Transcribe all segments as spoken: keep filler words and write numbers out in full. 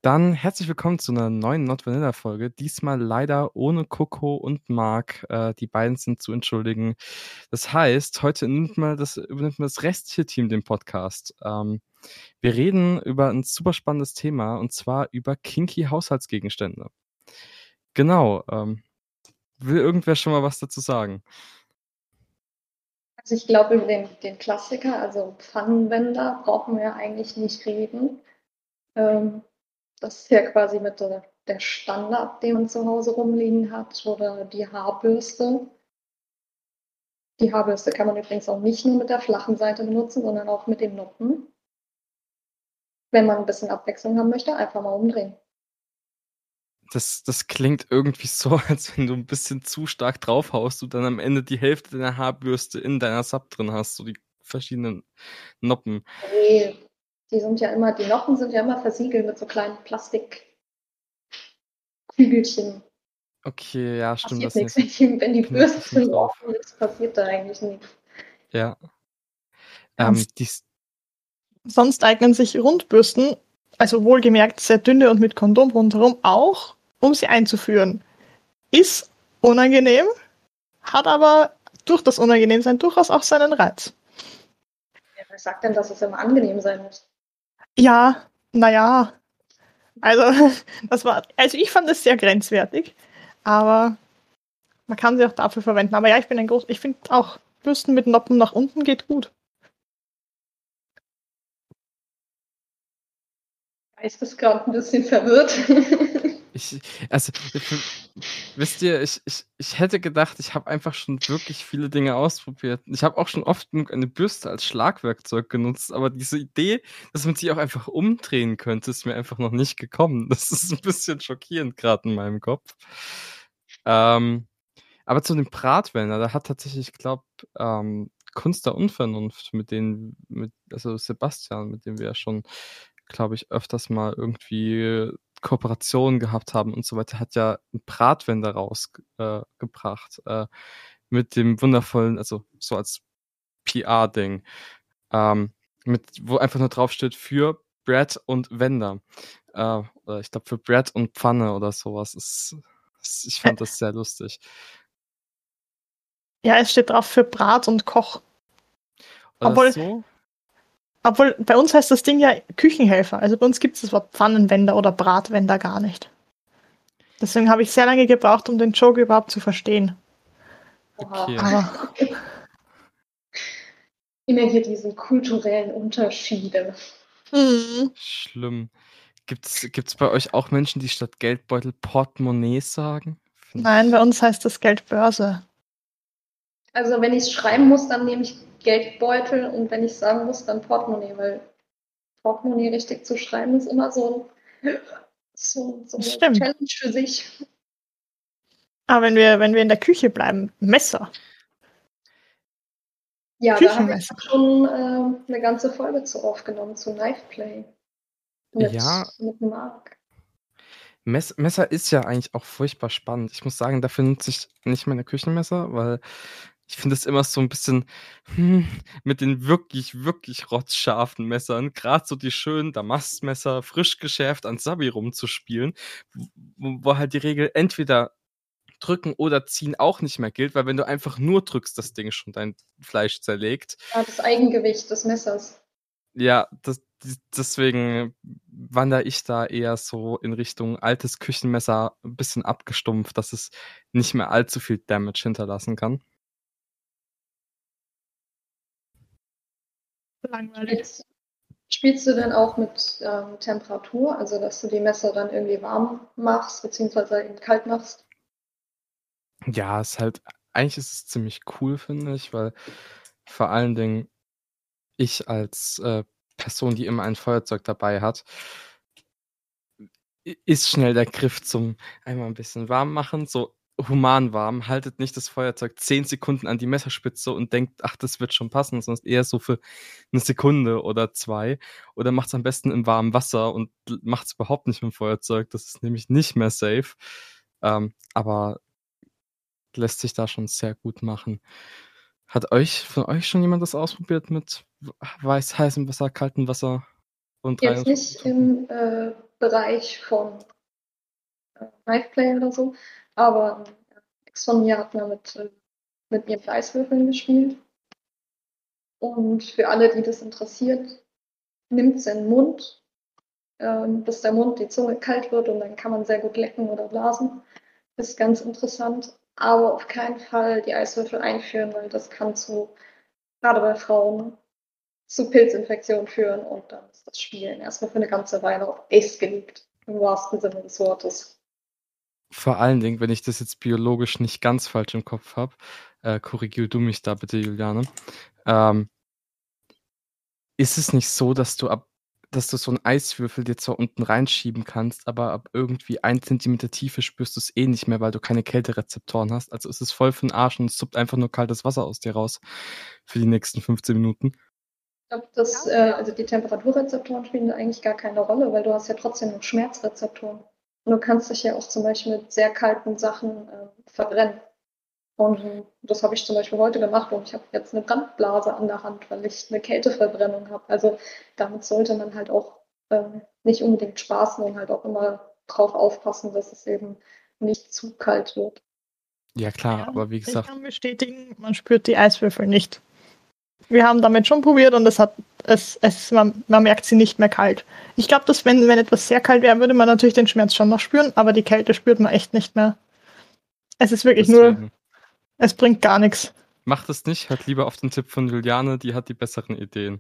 Dann herzlich willkommen zu einer neuen Not Vanilla Folge. Diesmal leider ohne Coco und Marc. Äh, die beiden sind zu entschuldigen. Das heißt, heute nimmt mal das, übernimmt mal das restliche Team den Podcast. Ähm, wir reden über ein super spannendes Thema und zwar über kinky Haushaltsgegenstände. Genau. Ähm, will irgendwer schon mal was dazu sagen? Also ich glaube, über den, den Klassiker, also Pfannenwender, brauchen wir eigentlich nicht reden. Ähm, das ist ja quasi mit der, der Standard, den man zu Hause rumliegen hat, oder die Haarbürste. Die Haarbürste kann man übrigens auch nicht nur mit der flachen Seite benutzen, sondern auch mit den Noppen. Wenn man ein bisschen Abwechslung haben möchte, einfach mal umdrehen. Das, das klingt irgendwie so, als wenn du ein bisschen zu stark draufhaust und dann am Ende die Hälfte deiner Haarbürste in deiner Sub drin hast, so die verschiedenen Noppen. Nee, die sind ja immer, die Noppen sind ja immer versiegelt mit so kleinen Plastikkügelchen. Okay, ja, stimmt, Passiert das sind nichts, ja so wenn die, wenn die Bürste Pinöppelchen in drauf. Ordnung ist, passiert da eigentlich nichts. Ja. Ja, Ähm, dies, sonst eignen sich Rundbürsten, also wohlgemerkt sehr dünne und mit Kondom rundherum, auch, um sie einzuführen. Ist unangenehm, hat aber durch das Unangenehmsein durchaus auch seinen Reiz. Ja, wer sagt denn, dass es immer angenehm sein muss? Ja, naja, also das war, also ich fand es sehr grenzwertig, aber man kann sie auch dafür verwenden. Aber ja, ich bin ein groß, ich finde auch Bürsten mit Noppen nach unten geht gut. Geist ist gerade ein bisschen verwirrt. ich, also, für, wisst ihr, ich, ich, ich hätte gedacht, ich habe einfach schon wirklich viele Dinge ausprobiert. Ich habe auch schon oft genug eine Bürste als Schlagwerkzeug genutzt, aber diese Idee, dass man sie auch einfach umdrehen könnte, ist mir einfach noch nicht gekommen. Das ist ein bisschen schockierend gerade in meinem Kopf. Ähm, aber zu den Bratwälder, da hat tatsächlich, ich glaube, ähm, Kunst der Unvernunft, mit denen, mit, also Sebastian, mit dem wir ja schon, glaube ich, öfters mal irgendwie Kooperationen gehabt haben und so weiter, hat ja einen Bratwender rausgebracht. Äh, gebracht, äh, mit dem wundervollen, also so als P R-Ding, ähm, mit, wo einfach nur draufsteht für Brad und Wender. Äh, oder ich glaube für Brad und Pfanne oder sowas. Ist, ist, ich fand das sehr lustig. Ja, es steht drauf für Brat und Koch. Oder Obwohl, so? obwohl bei uns heißt das Ding ja Küchenhelfer. Also bei uns gibt es das Wort Pfannenwender oder Bratwender gar nicht. Deswegen habe ich sehr lange gebraucht, um den Joke überhaupt zu verstehen. Okay. Aber Immer hier diese kulturellen Unterschiede. hm, Schlimm. Gibt's, gibt's bei euch auch Menschen, die statt Geldbeutel Portemonnaie sagen? Find nein, bei ich. uns heißt das Geldbörse. Also wenn ich es schreiben muss, dann nehme ich Geldbeutel, und wenn ich sagen muss, dann Portemonnaie, weil Portemonnaie richtig zu schreiben ist immer so, so, so Das eine stimmt. Challenge für sich. Aber wenn wir, wenn wir in der Küche bleiben, Messer. Ja, da habe ich Küchenmesser. auch schon äh, eine ganze Folge zu aufgenommen, zu Knife Play mit, Ja, mit Marc. Mess Messer ist ja eigentlich auch furchtbar spannend. Ich muss sagen, dafür nutze ich nicht meine Küchenmesser, weil ich finde es immer so ein bisschen hm, mit den wirklich, wirklich rotzscharfen Messern, gerade so die schönen Damastmesser, frisch geschärft an Sabi rumzuspielen, wo, wo halt die Regel entweder drücken oder ziehen auch nicht mehr gilt, weil wenn du einfach nur drückst, das Ding schon dein Fleisch zerlegt. Ja, das Eigengewicht des Messers. Ja, das, deswegen wandere ich da eher so in Richtung altes Küchenmesser, ein bisschen abgestumpft, dass es nicht mehr allzu viel Damage hinterlassen kann. Langweilig. Spielst, spielst du denn auch mit ähm, Temperatur, also dass du die Messer dann irgendwie warm machst, beziehungsweise eben kalt machst? Ja, ist halt, eigentlich ist es ziemlich cool, finde ich, weil vor allen Dingen ich als äh, Person, die immer ein Feuerzeug dabei hat, i- ist schnell der Griff zum einmal ein bisschen warm machen, so human warm. Haltet nicht das Feuerzeug zehn Sekunden an die Messerspitze und denkt, ach, das wird schon passen, sondern eher so für eine Sekunde oder zwei. Oder macht es am besten im warmen Wasser und macht es überhaupt nicht mit dem Feuerzeug. Das ist nämlich nicht mehr safe. Ähm, aber lässt sich da schon sehr gut machen. Hat euch von euch schon jemand das ausprobiert mit weiß, heißem Wasser, kaltem Wasser und rein Jetzt und nicht rausdrücken? im, äh, Bereich von äh, Knifeplay oder so. Aber äh, Ex von mir hat mal mit, äh, mit mir mit Eiswürfeln gespielt. Und für alle, die das interessiert, nimmt es in den Mund, äh, bis der Mund, die Zunge kalt wird und dann kann man sehr gut lecken oder blasen. Ist ganz interessant. Aber auf keinen Fall die Eiswürfel einführen, weil das kann zu, gerade bei Frauen, zu Pilzinfektionen führen und dann ist das Spielen erstmal für eine ganze Weile auf Eis gelegt, im wahrsten Sinne des Wortes. Vor allen Dingen, wenn ich das jetzt biologisch nicht ganz falsch im Kopf habe, äh, korrigier du mich da bitte, Juliane, ähm, ist es nicht so, dass du ab, dass du so einen Eiswürfel dir zwar unten reinschieben kannst, aber ab irgendwie ein Zentimeter Tiefe spürst du es eh nicht mehr, weil du keine Kälterezeptoren hast. Also ist es voll für den Arsch und es suppt einfach nur kaltes Wasser aus dir raus für die nächsten fünfzehn Minuten. Ich glaube, dass, äh, also die Temperaturrezeptoren spielen da eigentlich gar keine Rolle, weil du hast ja trotzdem noch Schmerzrezeptoren. Und du kannst dich ja auch zum Beispiel mit sehr kalten Sachen äh, verbrennen. Und äh, das habe ich zum Beispiel heute gemacht und ich habe jetzt eine Brandblase an der Hand, weil ich eine Kälteverbrennung habe. Also damit sollte man halt auch ähm, nicht unbedingt spaßen und halt auch immer drauf aufpassen, dass es eben nicht zu kalt wird. Ja klar, Ja, aber wie ich gesagt, kann bestätigen, man spürt die Eiswürfel nicht. Wir haben damit schon probiert und es hat, es, es, man, man merkt sie nicht mehr kalt. Ich glaube, dass wenn, wenn etwas sehr kalt wäre, würde man natürlich den Schmerz schon noch spüren, aber die Kälte spürt man echt nicht mehr. Es ist wirklich nur, deswegen. es bringt gar nichts. Macht es nicht, hört lieber auf den Tipp von Juliane, die hat die besseren Ideen.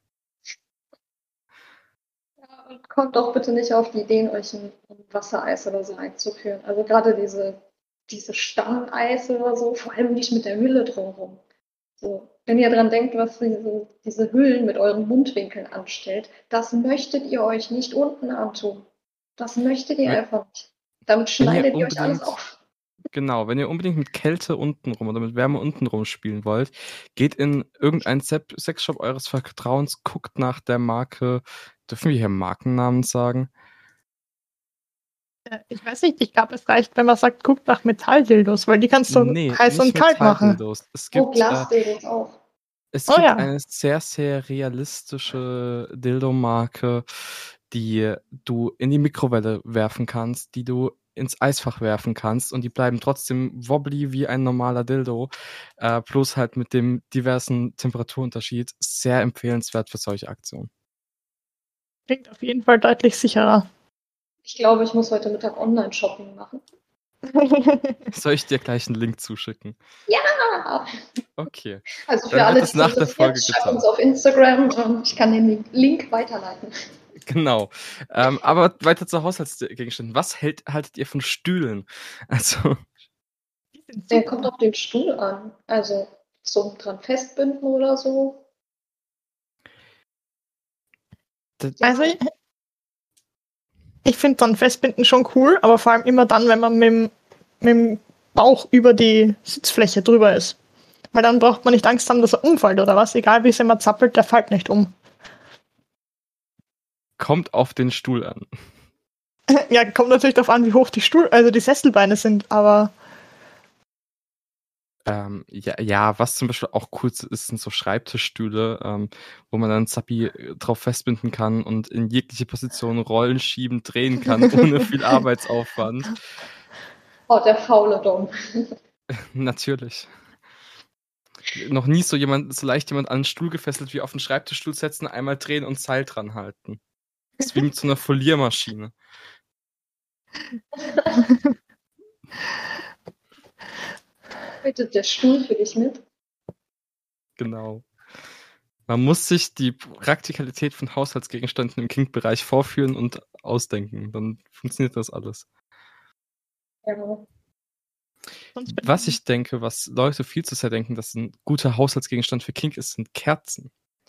Ja, und kommt doch bitte nicht auf die Ideen, euch ein ein Wassereis oder so einzuführen. Also gerade diese, diese Stangeneis oder so, vor allem nicht mit der Hülle drumherum. So, wenn ihr dran denkt, was diese, diese Hüllen mit euren Mundwinkeln anstellt, das möchtet ihr euch nicht unten antun. Das möchtet ihr Wenn, einfach nicht. Damit wenn ihr schneidet ihr euch alles unbedingt, auf. genau, wenn ihr unbedingt mit Kälte untenrum oder mit Wärme untenrum spielen wollt, geht in irgendeinen Sep- Sexshop eures Vertrauens, guckt nach der Marke, dürfen wir hier Markennamen sagen? Äh, Ich weiß nicht, ich glaube, es reicht, wenn man sagt, guckt nach Metalldildos, weil die kannst du Nee, heiß nicht und kalt machen. Metalldildos. Es Oh, gibt, äh, Glasdildos auch. es Oh gibt ja. eine sehr, sehr realistische Dildo-Marke, die du in die Mikrowelle werfen kannst, die du ins Eisfach werfen kannst und die bleiben trotzdem wobbly wie ein normaler Dildo, äh, plus halt mit dem diversen Temperaturunterschied sehr empfehlenswert für solche Aktionen. Klingt auf jeden Fall deutlich sicherer. Ich glaube, ich muss heute Mittag Online-Shopping machen. Soll ich dir gleich einen Link zuschicken? Ja! Okay, Also für dann alle, wird die es es nach der Folge interessiert, schreibt getan. uns auf Instagram und ich kann den Link weiterleiten. Genau. Ähm, aber weiter zu Haushaltsgegenständen. Was hält, haltet ihr von Stühlen? Also, Die sind Der super. kommt auf den Stuhl an. Also zum dran festbinden oder so. das, Ja, Also ich, ich finde dann Festbinden schon cool, aber vor allem immer dann, wenn man mit dem, mit dem Bauch über die Sitzfläche drüber ist. Weil dann braucht man nicht Angst haben, dass er umfällt oder was. Egal wie es immer zappelt, der fällt nicht um. kommt auf den Stuhl an. Ja, kommt natürlich darauf an, wie hoch die Stuhl, also die Sesselbeine sind, aber Ähm, ja, ja, was zum Beispiel auch cool ist, sind so Schreibtischstühle, ähm, wo man dann Zappi äh, drauf festbinden kann und in jegliche Position rollen, schieben, drehen kann, ohne viel Arbeitsaufwand. oh, der faule Dom. Natürlich. Noch nie so jemand, so leicht jemand an einen Stuhl gefesselt wie auf den Schreibtischstuhl setzen, einmal drehen und Seil dran halten. Das ist wie mit so einer Foliermaschine. Arbeitet der Stuhl für dich mit? Genau. Man muss sich die Praktikalität von Haushaltsgegenständen im Kink-Bereich vorführen und ausdenken. Dann funktioniert das alles. Ja. sonst bin Was ich denke, was Leute viel zu sehr denken, dass ein guter Haushaltsgegenstand für Kink ist, sind Kerzen.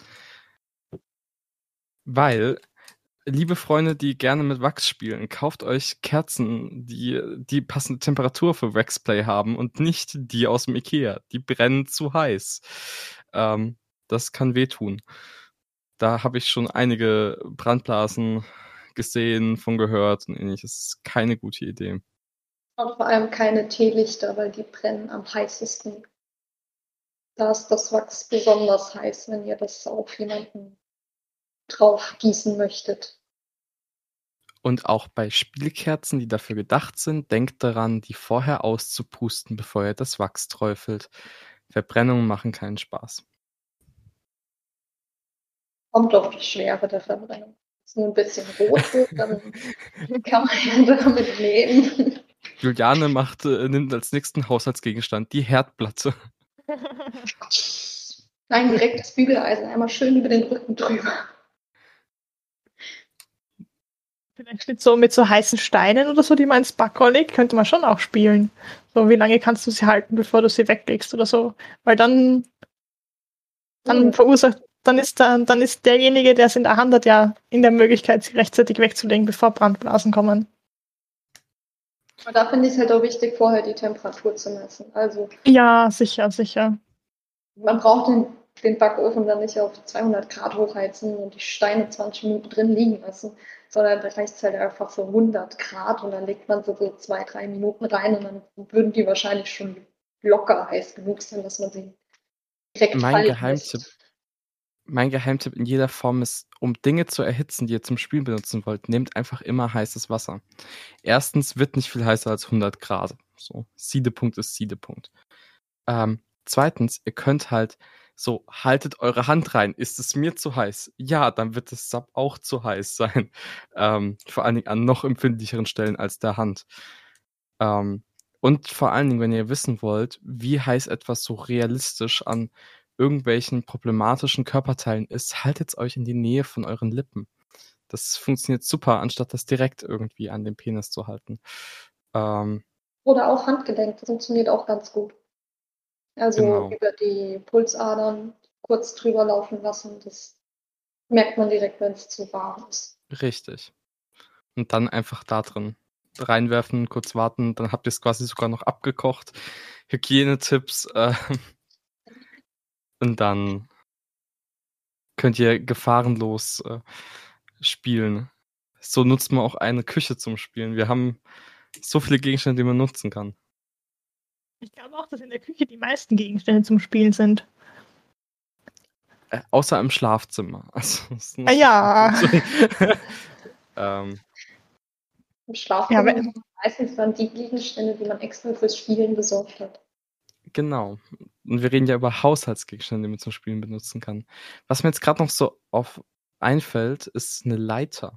Weil, liebe Freunde, die gerne mit Wachs spielen, kauft euch Kerzen, die die passende Temperatur für Waxplay haben und nicht die aus dem Ikea. Die brennen zu heiß. Ähm, das kann wehtun. Da habe ich schon einige Brandblasen gesehen, von gehört und ähnliches. Das ist keine gute Idee. Und vor allem keine Teelichter, weil die brennen am heißesten. Da ist das Wachs besonders heiß, wenn ihr das auf jemanden drauf gießen möchtet. Und auch bei Spielkerzen, die dafür gedacht sind, denkt daran, die vorher auszupusten, bevor ihr das Wachs träufelt. Verbrennungen machen keinen Spaß. Kommt auf die Schwere der Verbrennung. Wenn es nur ein bisschen rot wird, dann kann man ja damit leben. Juliane macht, äh, nimmt als nächsten Haushaltsgegenstand die Herdplatte. Nein, direkt das Bügeleisen, einmal schön über den Rücken drüber. Vielleicht mit so, mit so heißen Steinen oder so, die man ins Backrohr legt, könnte man schon auch spielen. So, wie lange kannst du sie halten, bevor du sie weglegst oder so? Weil dann, dann Mhm. verursacht, dann ist dann, dann ist derjenige, der es in der Hand hat, ja in der Möglichkeit, sie rechtzeitig wegzulegen, bevor Brandblasen kommen. Aber da finde ich es halt auch wichtig, vorher die Temperatur zu messen. Also Ja, sicher, sicher. man braucht den, den Backofen dann nicht auf zweihundert Grad hochheizen und die Steine zwanzig Minuten drin liegen lassen, sondern da reicht es halt einfach so hundert Grad und dann legt man so, so zwei, drei Minuten rein und dann würden die wahrscheinlich schon locker heiß genug sein, dass man sie direkt Mein fallen Geheimtipp, lässt. mein Geheimtipp in jeder Form ist, um Dinge zu erhitzen, die ihr zum Spielen benutzen wollt, nehmt einfach immer heißes Wasser. Erstens wird nicht viel heißer als hundert Grad. So, Siedepunkt ist Siedepunkt. Ähm, zweitens, ihr könnt halt so, haltet eure Hand rein. Ist es mir zu heiß? Ja, dann wird das Sub auch zu heiß sein. Ähm, vor allen Dingen an noch empfindlicheren Stellen als der Hand. Ähm, und vor allen Dingen, wenn ihr wissen wollt, wie heiß etwas so realistisch an irgendwelchen problematischen Körperteilen ist, haltet euch in die Nähe von euren Lippen. Das funktioniert super, anstatt das direkt irgendwie an den Penis zu halten. Ähm, Oder auch Handgelenk, das funktioniert auch ganz gut. Also genau, über die Pulsadern kurz drüber laufen lassen, das merkt man direkt, wenn es zu warm ist. richtig. Und dann einfach da drin reinwerfen, kurz warten, dann habt ihr es quasi sogar noch abgekocht. Hygienetipps äh, und dann könnt ihr gefahrenlos äh, spielen. So nutzt man auch eine Küche zum Spielen. Wir haben so viele Gegenstände, die man nutzen kann. Ich glaube auch, dass in der Küche die meisten Gegenstände zum Spielen sind. Äh, außer im Schlafzimmer. Also, das ist Ah ja. ähm, Im Ja, Schlafzimmer wenn, sind meistens dann die Gegenstände, die man extra fürs Spielen besorgt hat. Genau. Und wir reden ja über Haushaltsgegenstände, die man zum Spielen benutzen kann. Was mir jetzt gerade noch so auf einfällt, ist eine Leiter.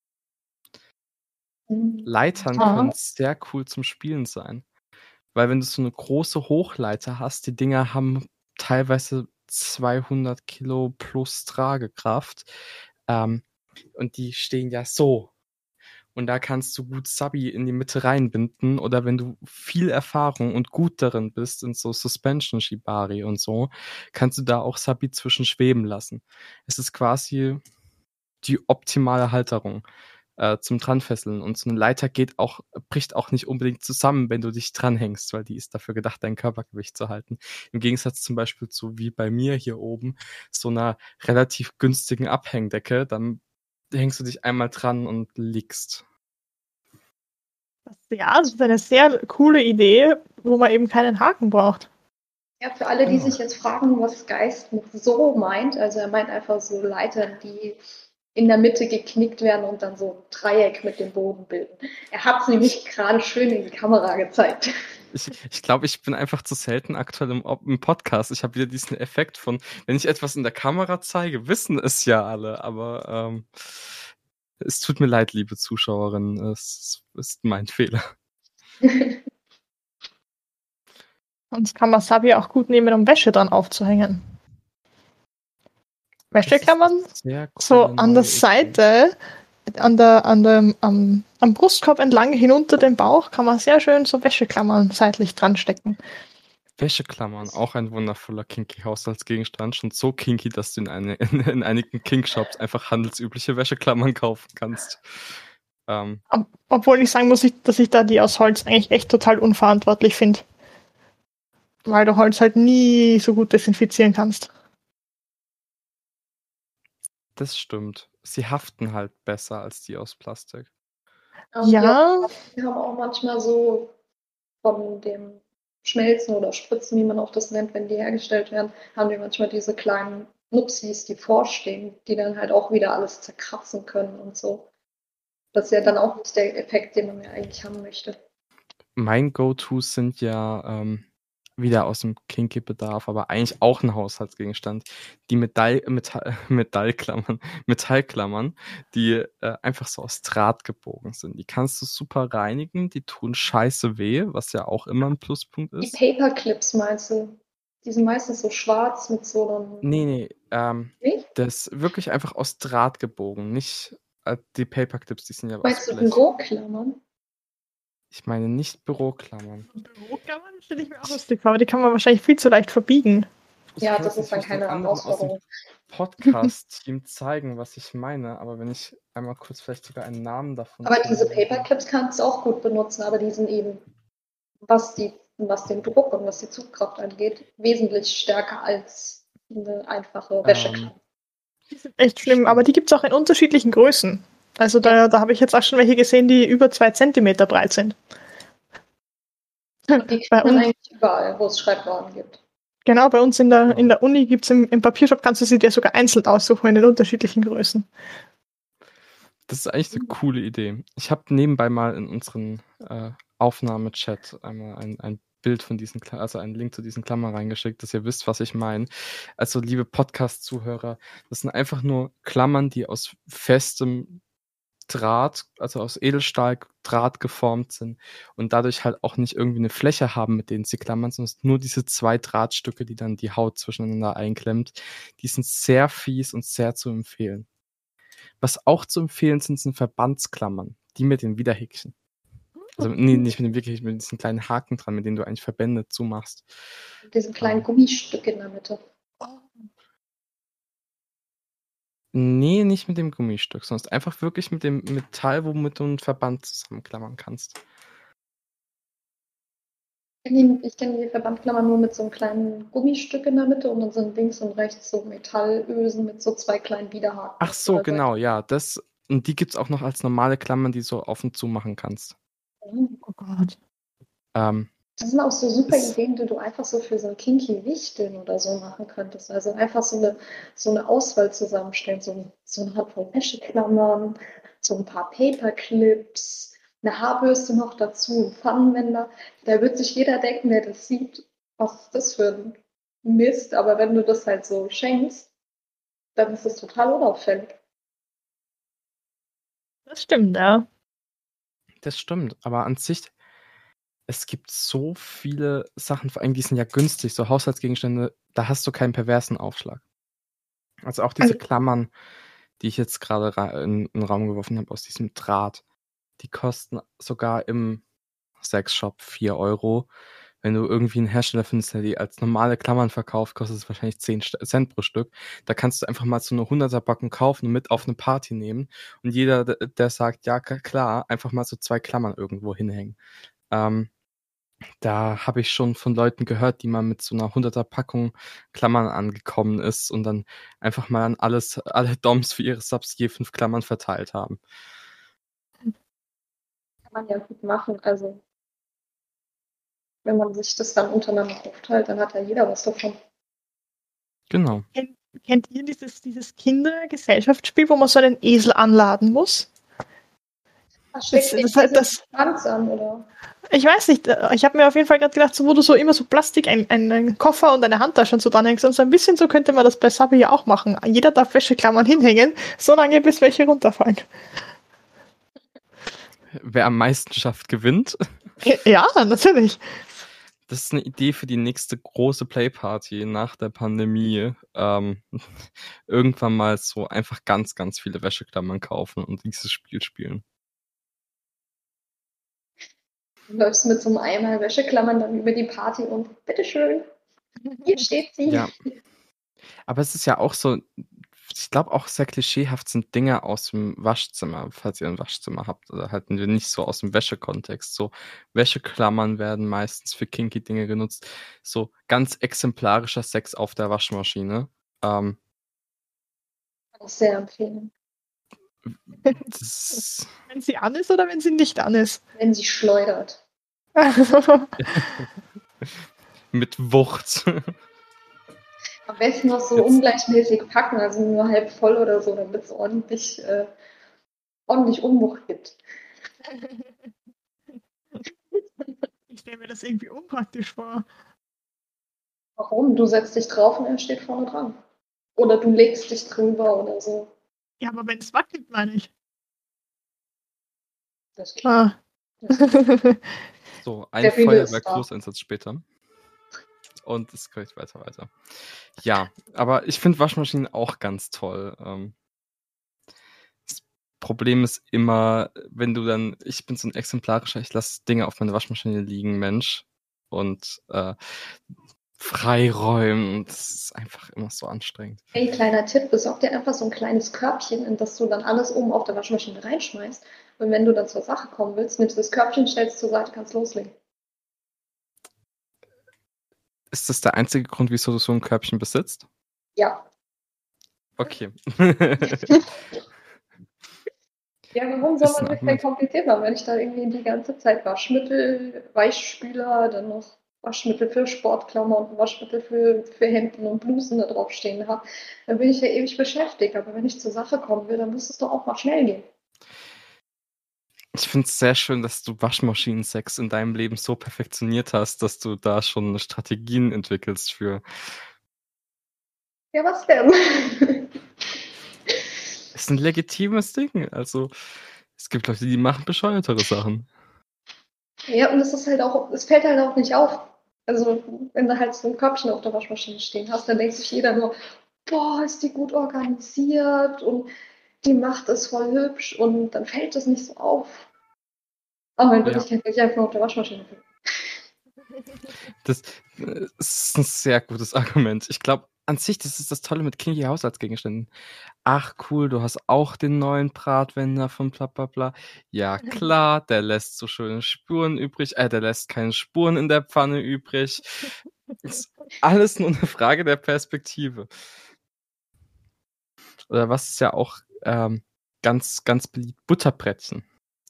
Leitern Ah. können sehr cool zum Spielen sein. Weil wenn du so eine große Hochleiter hast, die Dinger haben teilweise zweihundert Kilo plus Tragekraft. Ähm, und die stehen ja so. Und da kannst du gut Subby in die Mitte reinbinden. Oder wenn du viel Erfahrung und gut darin bist, in so Suspension Shibari und so, kannst du da auch Subby zwischen schweben lassen. Es ist quasi die optimale Halterung äh, zum Dranfesseln. Und so eine Leiter geht auch, bricht auch nicht unbedingt zusammen, wenn du dich dranhängst, weil die ist dafür gedacht, dein Körpergewicht zu halten. Im Gegensatz zum Beispiel zu wie bei mir hier oben, so einer relativ günstigen Abhängdecke, dann hängst du dich einmal dran und liegst. Ja, das ist eine sehr coole Idee, wo man eben keinen Haken braucht. Ja, für alle, die Genau. sich jetzt fragen, was Geist mit so meint, also er meint einfach so Leitern, die in der Mitte geknickt werden und dann so ein Dreieck mit dem Boden bilden. Er hat es nämlich gerade schön in die Kamera gezeigt. Ich, ich glaube, ich bin einfach zu selten aktuell im, im Podcast. Ich habe wieder diesen Effekt von, wenn ich etwas in der Kamera zeige, wissen es ja alle, aber ähm, es tut mir leid, liebe Zuschauerinnen, es ist mein Fehler. Sonst kann man Sabi auch gut nehmen, um Wäsche dran aufzuhängen. Wäscheklammern Sehr so coole an der neue Idee. Seite, an der, an der, am, am Brustkorb entlang hinunter den Bauch, kann man sehr schön so Wäscheklammern seitlich dran stecken. Wäscheklammern, auch ein wundervoller Kinky-Haushaltsgegenstand. Schon so kinky, dass du in, eine, in, in einigen Kink-Shops einfach handelsübliche Wäscheklammern kaufen kannst. Ähm, Ob- Obwohl ich sagen muss, ich, dass ich da die aus Holz eigentlich echt total unverantwortlich finde. Weil du Holz halt nie so gut desinfizieren kannst. das stimmt. Sie haften halt besser als die aus Plastik. Ähm, Ja, wir haben auch manchmal so von dem Schmelzen oder Spritzen, wie man auch das nennt, wenn die hergestellt werden, haben die manchmal diese kleinen Nupsis, die vorstehen, die dann halt auch wieder alles zerkratzen können und so. Das ist ja dann auch nicht der Effekt, den man ja eigentlich haben möchte. Mein Go-Tos sind ja ähm, wieder aus dem Kinky-Bedarf, aber eigentlich auch ein Haushaltsgegenstand. Die Metall, Metall, Metallklammern, Metallklammern, die äh, einfach so aus Draht gebogen sind. Die kannst du super reinigen, die tun scheiße weh, was ja auch immer ein Pluspunkt Die ist. Paperclips meinst du? Die sind meistens so schwarz mit so einem. Nee, nee, ähm, Nicht? das ist wirklich einfach aus Draht gebogen, nicht äh, die Paperclips, die sind ja aus Meinst du Blech. Büroklammern? Ich meine nicht Büroklammern. Büroklammern stelle ich mir auch lustig vor, aber die kann man wahrscheinlich viel zu leicht verbiegen. Ich Ja, könnte das ist dann natürlich den keine anderen aus dem Herausforderung. Podcast-Team zeigen, was ich meine, aber wenn ich einmal kurz vielleicht sogar einen Namen davon Aber diese finde. Paperclips kannst du auch gut benutzen, aber die sind eben, was, die, was den Druck und was die Zugkraft angeht, wesentlich stärker als eine einfache Ähm, Wäscheklammer. Die sind echt schlimm, Stimmt. aber die gibt es auch in unterschiedlichen Größen. Also da, Ja. da habe ich jetzt auch schon welche gesehen, die über zwei Zentimeter breit sind. Und die kriegt Bei man uns, eigentlich überall, wo es Schreibwaren gibt. genau, bei uns in der, Ja. in der Uni gibt es im, im Papiershop, kannst du sie dir sogar einzeln aussuchen in den unterschiedlichen Größen. Das ist eigentlich eine coole Idee. Ich habe nebenbei mal in unseren äh, Aufnahmechat einmal ein, ein Bild von diesen, Kla- also einen Link zu diesen Klammern reingeschickt, dass ihr wisst, was ich meine. Also, liebe Podcast-Zuhörer, das sind einfach nur Klammern, die aus festem Draht, also aus Edelstahldraht geformt sind und dadurch halt auch nicht irgendwie eine Fläche haben, mit denen sie klammern, sondern es sind nur diese zwei Drahtstücke, die dann die Haut zwischeneinander einklemmt. Die sind sehr fies und sehr zu empfehlen. Was auch zu empfehlen sind, sind Verbandsklammern, die mit den Widerhäkchen. Also nee, nicht mit den Widerhäkchen, mit diesen kleinen Haken dran, mit denen du eigentlich Verbände zumachst. Mit diesem kleinen Ähm, Gummistück in der Mitte. nee, nicht mit dem Gummistück, sondern einfach wirklich mit dem Metall, womit du einen Verband zusammenklammern kannst. Ich kenne die, ich kenn die Verbandklammer nur mit so einem kleinen Gummistück in der Mitte und dann sind links und rechts so Metallösen mit so zwei kleinen Widerhaken. Ach auf so, jeder Seite. genau, ja. Das, und die gibt's auch noch als normale Klammern, die du so auf und zu machen kannst. Oh Gott. Ähm, Das sind auch so super Es- Ideen, die du einfach so für so ein kinky Wichteln oder so machen könntest. Also einfach so eine, so eine Auswahl zusammenstellen, so, so eine Handvoll Wäscheklammern, so ein paar Paperclips, eine Haarbürste noch dazu, ein Pfannenwender. Da wird sich jeder denken, der das sieht, was ist das für ein Mist. Aber wenn du das halt so schenkst, dann ist es total unauffällig. Das stimmt, ja. Das stimmt, aber an sich, es gibt so viele Sachen, vor allem die sind ja günstig, so Haushaltsgegenstände, da hast du keinen perversen Aufschlag. Also auch diese Also- Klammern, die ich jetzt gerade ra- in, in den Raum geworfen habe, aus diesem Draht, die kosten sogar im Sexshop vier Euro. Wenn du irgendwie einen Hersteller findest, der die als normale Klammern verkauft, kostet es wahrscheinlich zehn St- Cent pro Stück. Da kannst du einfach mal so eine hunderter-Packung kaufen und mit auf eine Party nehmen. Und jeder, der, der sagt, ja k- klar, einfach mal so zwei Klammern irgendwo hinhängen. Ähm, da habe ich schon von Leuten gehört, die mal mit so einer hunderter-Packung Klammern angekommen ist und dann einfach mal an alles, alle Doms für ihre Subs je fünf Klammern verteilt haben. Kann man ja gut machen. Also wenn man sich das dann untereinander aufteilt, dann hat ja jeder was davon. Genau. Kennt, kennt ihr dieses, dieses Kindergesellschaftsspiel, wo man so einen Esel anladen muss? Ach, steckt Das- das, das- das, das- Schwanz an, oder? Ich weiß nicht, äh, ich habe mir auf jeden Fall gerade gedacht, so, wo du so immer so Plastik, ein, einen Koffer und eine Handtasche und so dranhängst. Und so ein bisschen so könnte man das bei Sabi ja auch machen. Jeder darf Wäscheklammern hinhängen, so lange bis welche runterfallen. Wer am meisten schafft, gewinnt. Ja, natürlich. Das ist eine Idee für die nächste große Playparty nach der Pandemie. Ähm, irgendwann mal so einfach ganz, ganz viele Wäscheklammern kaufen und dieses Spiel spielen. Du läufst mit so einem Eimer Wäscheklammern dann über die Party und bitteschön, hier steht sie. Ja. Aber es ist ja auch so, ich glaube auch sehr klischeehaft sind Dinge aus dem Waschzimmer, falls ihr ein Waschzimmer habt, oder halt nicht so aus dem Wäschekontext. So Wäscheklammern werden meistens für kinky Dinge genutzt. So ganz exemplarischer Sex auf der Waschmaschine. Ähm, Kann ich sehr empfehlen. das Wenn sie an ist oder wenn sie nicht an ist. Wenn sie schleudert. mit Wucht. Am besten noch so Jetzt- ungleichmäßig packen, also nur halb voll oder so, damit es ordentlich äh, ordentlich Umbruch gibt. Ich stelle mir das irgendwie unpraktisch vor. Warum? Du setzt dich drauf und er steht vorne dran. Oder du legst dich drüber oder so. Ja, aber wenn es wackelt, meine ich. Das geht. Ah. Das geht. So, ein Der Wille ist da. Feuerwehr-Großeinsatz später. Und es geht weiter, weiter. Ja, aber ich finde Waschmaschinen auch ganz toll. Ähm, das Problem ist immer, wenn du dann, ich bin so ein exemplarischer, ich lasse Dinge auf meiner Waschmaschine liegen, Mensch. Und äh, freiräumen. Und das ist einfach immer so anstrengend. Hey, kleiner Tipp, besorg dir einfach so ein kleines Körbchen, in das du dann alles oben auf der Waschmaschine reinschmeißt. Und wenn du dann zur Sache kommen willst, nimmst du das Körbchen, stellst es zur Seite, kannst loslegen. Ist das der einzige Grund, wieso du so ein Körbchen besitzt? Ja. Okay. Ja, warum soll Ist ein man sich denn Argument. kompliziert machen, wenn ich da irgendwie die ganze Zeit Waschmittel, Weichspüler, dann noch Waschmittel für Sportklamotten, Waschmittel für, für Hemden und Blusen da drauf stehen habe? Dann bin ich ja ewig beschäftigt. Aber wenn ich zur Sache kommen will, dann muss es doch auch mal schnell gehen. Ich finde es sehr schön, dass du Waschmaschinen-Sex in deinem Leben so perfektioniert hast, dass du da schon Strategien entwickelst für. Ja, was denn? Ist ein legitimes Ding. Also, es gibt Leute, die machen bescheuertere Sachen. Ja, und es ist halt auch, es fällt halt auch nicht auf. Also, wenn du halt so ein Körbchen auf der Waschmaschine stehen hast, dann denkt sich jeder nur, boah, ist die gut organisiert und die macht es voll hübsch und dann fällt es nicht so auf. Aber in Ja. Wirklichkeit will ich einfach nur auf der Waschmaschine finden. Das äh, ist ein sehr gutes Argument. Ich glaube, an sich, das ist das Tolle mit kinky Haushaltsgegenständen. Ach cool, du hast auch den neuen Bratwender von bla bla bla. Ja klar, der lässt so schöne Spuren übrig, äh, der lässt keine Spuren in der Pfanne übrig. Ist alles nur eine Frage der Perspektive. Oder was ist ja auch ähm, ganz, ganz beliebt, Butterbrettchen.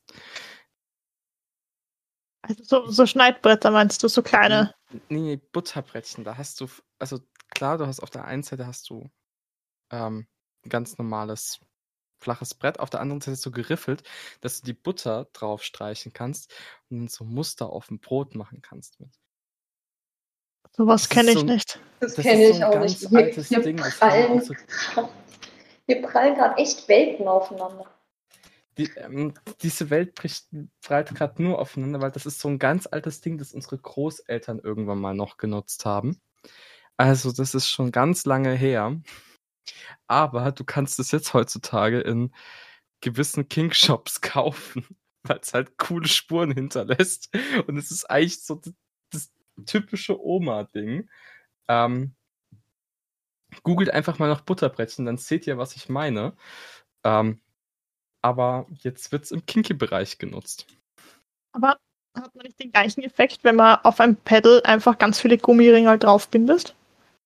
Also so, so Schneidbretter meinst du, so kleine? Nee, nee, Butterbrettchen, da hast du, also klar, du hast auf der einen Seite hast du ähm, ein ganz normales flaches Brett, auf der anderen Seite so geriffelt, dass du die Butter drauf streichen kannst und dann so Muster auf dem Brot machen kannst mit. Sowas Das kenne ist ich so ein- nicht. Das Das kenne ist so ich ein auch ganz nicht. Hier, altes hier Ding, das haben prallen, unsere, hier prallen gerade echt Welten aufeinander. die, ähm, diese Welt bricht, prallt gerade nur aufeinander, weil das ist so ein ganz altes Ding, das unsere Großeltern irgendwann mal noch genutzt haben. Also das ist schon ganz lange her. Aber du kannst es jetzt heutzutage in gewissen King-Shops kaufen, weil es halt coole Spuren hinterlässt. Und es ist eigentlich so das, das typische Oma-Ding. Ähm, googelt einfach mal nach Butterbrettchen, dann seht ihr, was ich meine. Ähm, aber jetzt wird es im Kinky-Bereich genutzt. Aber hat man nicht den gleichen Effekt, wenn man auf ein Pedal einfach ganz viele Gummiringe drauf bindet?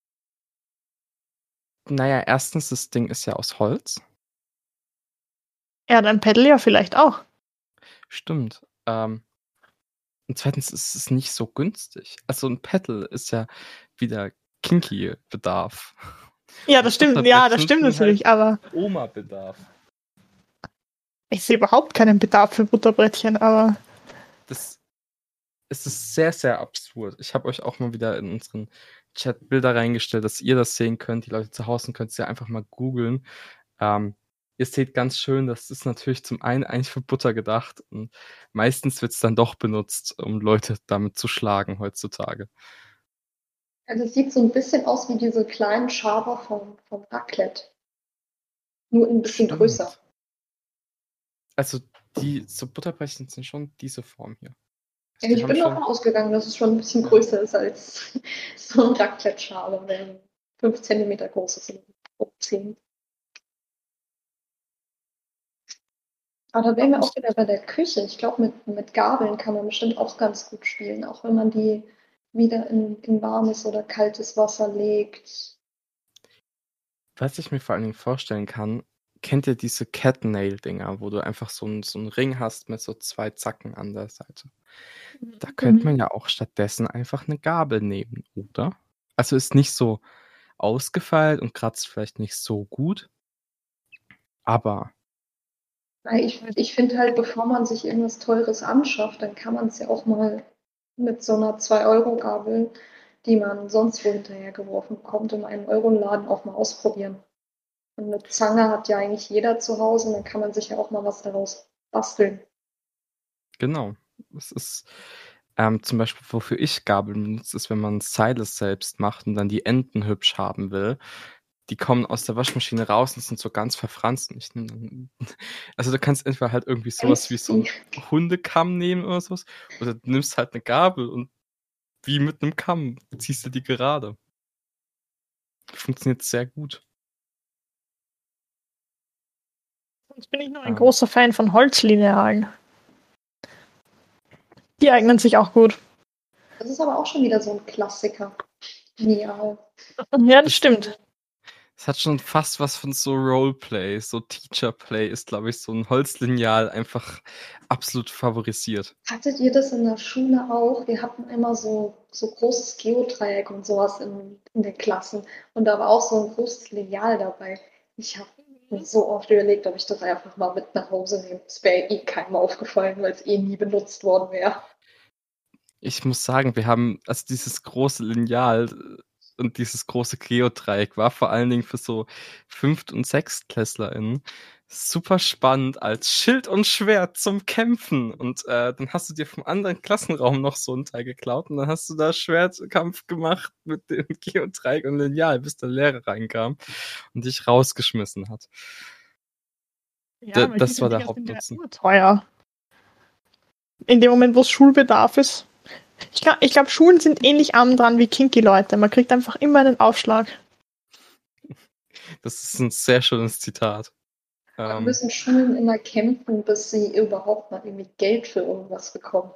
Naja, erstens, das Ding ist ja aus Holz. Ja, dein Pedal ja vielleicht auch. Stimmt. Ähm, und zweitens ist es nicht so günstig. Also ein Pedal ist ja wieder Kinky-Bedarf. Ja, das stimmt, ja, das stimmt natürlich, aber Oma-Bedarf. ich sehe überhaupt keinen Bedarf für Butterbrettchen, aber Das es ist sehr, sehr absurd. Ich habe euch auch mal wieder in unseren Chat Bilder reingestellt, dass ihr das sehen könnt. Die Leute zu Hause könnt es ja einfach mal googeln. Ähm, ihr seht ganz schön, das ist natürlich zum einen eigentlich für Butter gedacht und meistens wird es dann doch benutzt, um Leute damit zu schlagen heutzutage. Also es sieht so ein bisschen aus wie diese kleinen Schaber vom, vom Raclette. Nur ein bisschen Stimmt. größer. Also die so Butterbrettchen sind schon diese Form hier. Also Ja, die ich haben bin schon, davon ausgegangen, dass es schon ein bisschen Ja. größer ist als so ein Raclette-Schale, der fünf Zentimeter groß ist. Grob zehn. Aber da wären wir auch wieder bei der Küche. Ich glaube, mit, mit Gabeln kann man bestimmt auch ganz gut spielen, auch wenn man die wieder in, in warmes oder kaltes Wasser legt. was ich mir vor allen Dingen vorstellen kann, kennt ihr diese Cat-Nail-Dinger, wo du einfach so einen so einen Ring hast mit so zwei Zacken an der Seite? Da könnte man ja auch stattdessen einfach eine Gabel nehmen, oder? Also ist nicht so ausgefeilt und kratzt vielleicht nicht so gut, aber Ich, ich finde halt, bevor man sich irgendwas Teures anschafft, dann kann man es ja auch mal mit so einer zwei-Euro-Gabel, die man sonst wo hinterhergeworfen bekommt, in einem Euro-Laden auch mal ausprobieren. Und eine Zange hat ja eigentlich jeder zu Hause, und dann kann man sich ja auch mal was daraus basteln. Genau. Es ist ähm, zum Beispiel, wofür ich Gabeln benutze, ist, wenn man Silas selbst macht und dann die Enden hübsch haben will. Die kommen aus der Waschmaschine raus und sind so ganz verfranst. Und ich nehm dann, also du kannst entweder halt irgendwie sowas wie so ein Hundekamm nehmen oder sowas, oder du nimmst halt eine Gabel und wie mit einem Kamm ziehst du die gerade. Funktioniert sehr gut. Sonst bin ich noch ein Ähm, großer Fan von Holzlinealen. Die eignen sich auch gut. Das ist aber auch schon wieder so ein Klassiker. Lineal. Ja, das Das- stimmt. Es hat schon fast was von so Roleplay, so Teacherplay ist, glaube ich, so ein Holzlineal einfach absolut favorisiert. Hattet ihr das in der Schule auch? Wir hatten immer so, so großes Geodreieck und sowas in, in den Klassen. Und da war auch so ein großes Lineal dabei. Ich habe mir so oft überlegt, ob ich das einfach mal mit nach Hause nehme. Es wäre eh keinem aufgefallen, weil es eh nie benutzt worden wäre. Ich muss sagen, wir haben, also dieses große Lineal äh, und dieses große Geodreieck war vor allen Dingen für so Fünft- und SechstklässlerInnen super spannend als Schild und Schwert zum Kämpfen. Und äh, dann hast du dir vom anderen Klassenraum noch so ein Teil geklaut und dann hast du da Schwertkampf gemacht mit dem Geodreieck und Lineal, bis der Lehrer reinkam und dich rausgeschmissen hat. Ja, Da, aber das diese war der Dinger sind ja Hauptnutzen. urteuer. In dem Moment, wo es Schulbedarf ist. Ich glaube, ich glaub, Schulen sind ähnlich arm dran wie Kinky-Leute. Man kriegt einfach immer einen Aufschlag. Das ist ein sehr schönes Zitat. Da Ähm, müssen Schulen immer kämpfen, bis sie überhaupt mal irgendwie Geld für irgendwas bekommen.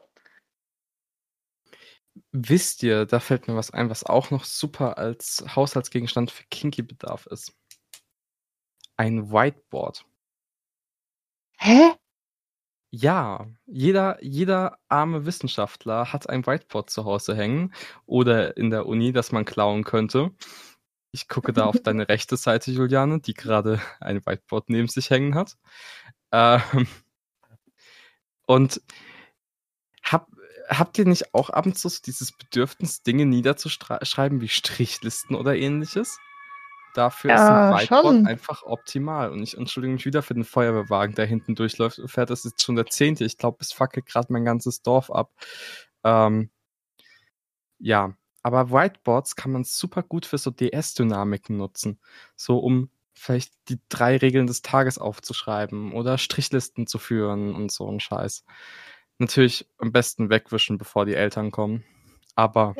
Wisst ihr, da fällt mir was ein, was auch noch super als Haushaltsgegenstand für Kinky-Bedarf ist. Ein Whiteboard. Hä? Ja, jeder, jeder arme Wissenschaftler hat ein Whiteboard zu Hause hängen oder in der Uni, das man klauen könnte. Ich gucke da auf deine rechte Seite, Juliane, die gerade ein Whiteboard neben sich hängen hat. Ähm, und hab, habt ihr nicht auch ab und zu so dieses Bedürfnis, Dinge niederzuschreiben wie Strichlisten oder ähnliches? Dafür ist ein Ja, Whiteboard schon. einfach optimal. Und ich entschuldige mich wieder für den Feuerwehrwagen, der hinten durchläuft und fährt. Das ist schon der zehnte. Ich glaube, es fackelt gerade mein ganzes Dorf ab. Ähm, ja, aber Whiteboards kann man super gut für so D S-Dynamiken nutzen. So um vielleicht die drei Regeln des Tages aufzuschreiben oder Strichlisten zu führen und so ein Scheiß. Natürlich am besten wegwischen, bevor die Eltern kommen. Aber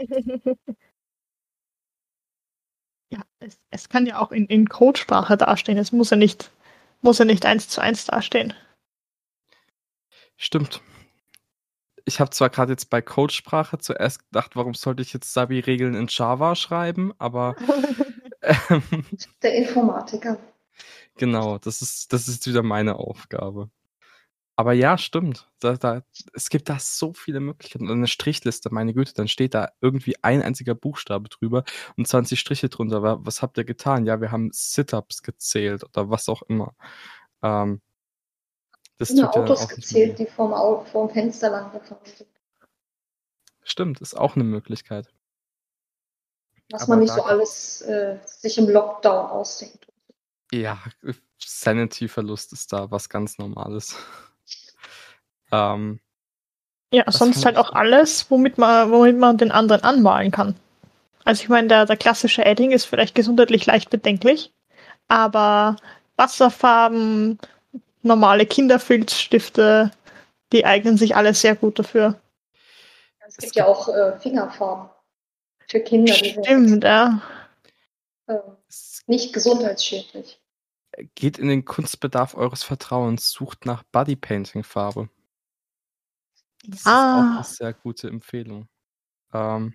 Ja, es, es kann ja auch in, in Codesprache dastehen. Es muss ja nicht, muss ja nicht eins zu eins dastehen. stimmt. Ich habe zwar gerade jetzt bei Codesprache zuerst gedacht, warum sollte ich jetzt Sabi-Regeln in Java schreiben, aber ähm, Der Informatiker. genau, das ist, das ist wieder meine Aufgabe. Aber ja, stimmt. Da, da, es gibt da so viele Möglichkeiten. Und eine Strichliste, meine Güte, dann steht da irgendwie ein einziger Buchstabe drüber und zwanzig Striche drunter. Wa- Was habt ihr getan? Ja, wir haben Sit-Ups gezählt oder was auch immer. Ähm, das Nur tut ja dann Autos auch nicht mehr weh. gezählt, die vorm, Au- vorm Fenster lang gefahren sind. Stimmt, ist auch eine Möglichkeit. Was Aber man nicht da so alles äh, sich im Lockdown ausdenkt. ja, Sanity-Verlust ist da was ganz Normales. ähm, Ja, was sonst fand halt ich auch noch? alles, womit man, womit man den anderen anmalen kann. Also ich meine, der, der klassische Edding ist vielleicht gesundheitlich leicht bedenklich, aber Wasserfarben, normale Kinderfilzstifte, die eignen sich alle sehr gut dafür. Es Es gibt ja gibt, auch äh, Fingerfarben für Kinder, die sind Stimmt, ja. äh, es nicht gesundheitsschädlich. geht in den Kunstbedarf eures Vertrauens, sucht nach Bodypainting-Farbe. Das ist auch eine Ja, sehr gute Empfehlung. Ähm,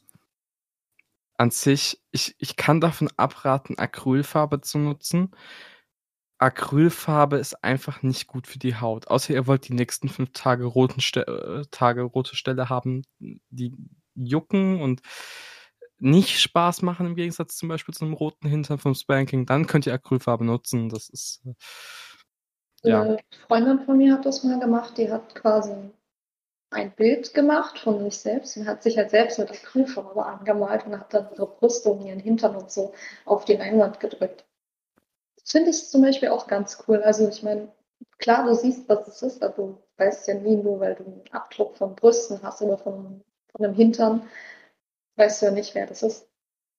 an sich, ich, ich kann davon abraten, Acrylfarbe zu nutzen. Acrylfarbe ist einfach nicht gut für die Haut. Außer ihr wollt die nächsten fünf Tage, roten Ste äh, Tage rote Stelle haben, die jucken und nicht Spaß machen, im Gegensatz zum Beispiel zu einem roten Hintern vom Spanking. Dann könnt ihr Acrylfarbe nutzen. Das ist, äh, Ja. Eine Freundin von mir hat das mal gemacht, die hat quasi ein Bild gemacht von sich selbst und hat sich halt selbst mit Acrylfarbe angemalt und hat dann ihre Brüste und ihren Hintern und so auf die Leinwand gedrückt. Das finde ich zum Beispiel auch ganz cool. Also ich meine, klar, du siehst, was es ist, aber du weißt ja nie nur, weil du einen Abdruck von Brüsten hast oder von, von einem Hintern, weißt du ja nicht, wer das ist.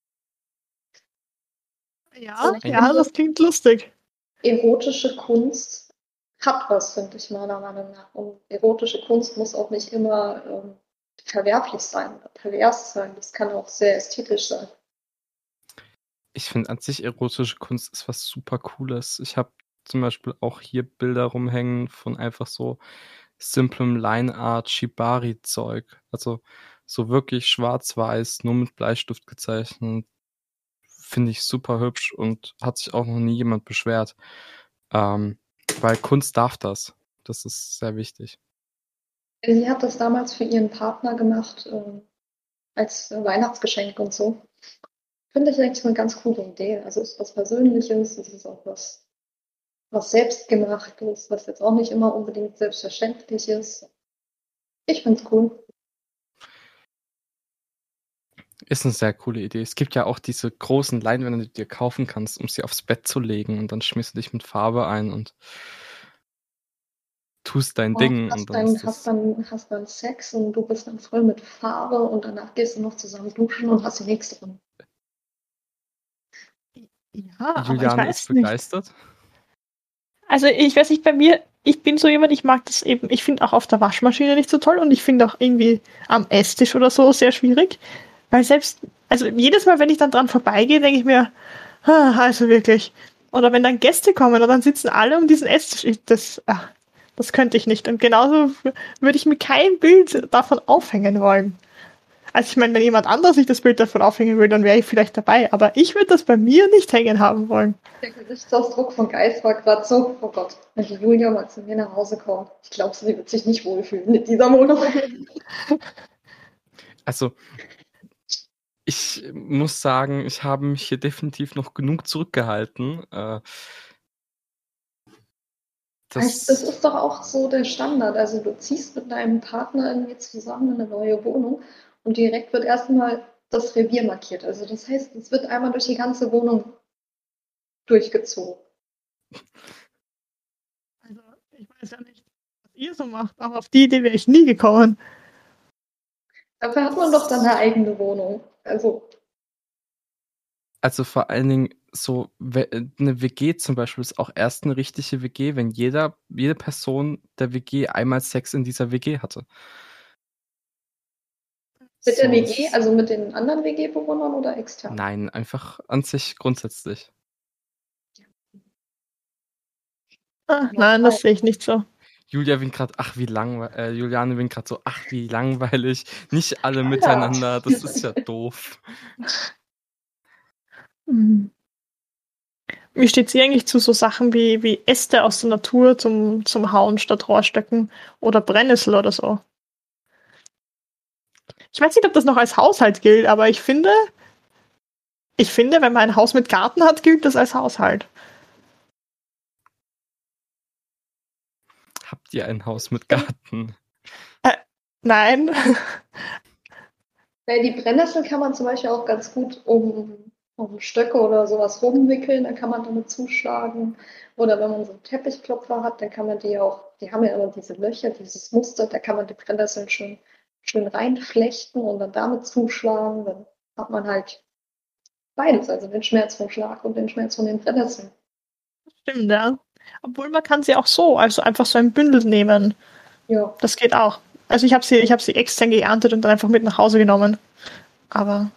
Ja, Also ich ja, finde, das klingt lustig. erotische Kunst hat was, finde ich meiner Meinung nach. Und erotische Kunst muss auch nicht immer ähm, verwerflich sein oder pervers sein. Das kann auch sehr ästhetisch sein. Ich finde an sich erotische Kunst ist was super Cooles. Ich habe zum Beispiel auch hier Bilder rumhängen von einfach so simplem Line-Art, Shibari-Zeug. Also so wirklich schwarz-weiß, nur mit Bleistift gezeichnet. Finde ich super hübsch und hat sich auch noch nie jemand beschwert. Ähm, weil Kunst darf das. Das ist sehr wichtig. Sie hat das damals für ihren Partner gemacht, äh, als Weihnachtsgeschenk und so. Finde ich eigentlich eine ganz coole Idee. Also ist was Persönliches, es ist auch was, was Selbstgemachtes, was jetzt auch nicht immer unbedingt selbstverständlich ist. Ich finde es cool. Ist eine sehr coole Idee. Es gibt ja auch diese großen Leinwände, die du dir kaufen kannst, um sie aufs Bett zu legen und dann schmierst du dich mit Farbe ein und tust dein Oh, Ding hast und dann dann, ist hast das. dann, hast dann Sex und du bist dann voll mit Farbe und danach gehst du noch zusammen duschen und hast die nächste drin. Ja, aber ich Juliane ist weiß nicht. begeistert. Also ich weiß nicht, bei mir, ich bin so jemand, ich mag das eben, ich finde auch auf der Waschmaschine nicht so toll und ich finde auch irgendwie am Esstisch oder so sehr schwierig, weil selbst, also jedes Mal, wenn ich dann dran vorbeigehe, denke ich mir, ah, also wirklich. Oder wenn dann Gäste kommen und dann sitzen alle um diesen Esstisch, ich, das, ach, das könnte ich nicht. Und genauso würde ich mir kein Bild davon aufhängen wollen. Also ich meine, wenn jemand anderes sich das Bild davon aufhängen will, dann wäre ich vielleicht dabei, aber ich würde das bei mir nicht hängen haben wollen. Der Gesichtsausdruck von Geist war gerade so, oh Gott, wenn die Julia mal zu mir nach Hause kommt, ich glaube, sie wird sich nicht wohlfühlen mit dieser Wohnung. Also, ich muss sagen, ich habe mich hier definitiv noch genug zurückgehalten. Äh, Das, das das, ist doch auch so der Standard. Also du ziehst mit deinem Partner irgendwie zusammen in eine neue Wohnung und direkt wird erstmal das Revier markiert. Also das heißt, es wird einmal durch die ganze Wohnung durchgezogen. Also, ich weiß ja nicht, was ihr so macht, aber auf die Idee wäre ich nie gekommen. Dafür hat man doch dann eine eigene Wohnung. Also also vor allen Dingen so we- eine W G zum Beispiel ist auch erst eine richtige W G, wenn jeder, jede Person der W G einmal Sex in dieser W G hatte. mit der So, W G, es- also mit den anderen W G-Bewohnern oder extern? nein, einfach an sich grundsätzlich. Ah, nein, das sehe ich nicht so. Julia winkt gerade, ach wie langweilig, äh, Juliane winkt gerade so, ach wie langweilig, nicht alle Ja. miteinander, das ist ja doof. Hm. Wie steht sie eigentlich zu so Sachen wie, wie Äste aus der Natur zum, zum Hauen statt Rohrstöcken oder Brennnessel oder so? Ich weiß nicht, ob das noch als Haushalt gilt, aber ich finde, ich finde, wenn man ein Haus mit Garten hat, gilt das als Haushalt. Habt ihr ein Haus mit Garten? Äh, nein. Weil die Brennnessel kann man zum Beispiel auch ganz gut um, um Stöcke oder sowas rumwickeln, dann kann man damit zuschlagen. Oder wenn man so einen Teppichklopfer hat, dann kann man die auch, die haben ja immer diese Löcher, dieses Muster, da kann man die Brennnesseln schön, schön reinflechten und dann damit zuschlagen. Dann hat man halt beides, also den Schmerz vom Schlag und den Schmerz von den Brennnesseln. Stimmt, ja. Obwohl man kann sie auch so, also einfach so ein Bündel nehmen. Ja, Das geht auch. Also ich habe sie, ich habe sie extern geerntet und dann einfach mit nach Hause genommen. Aber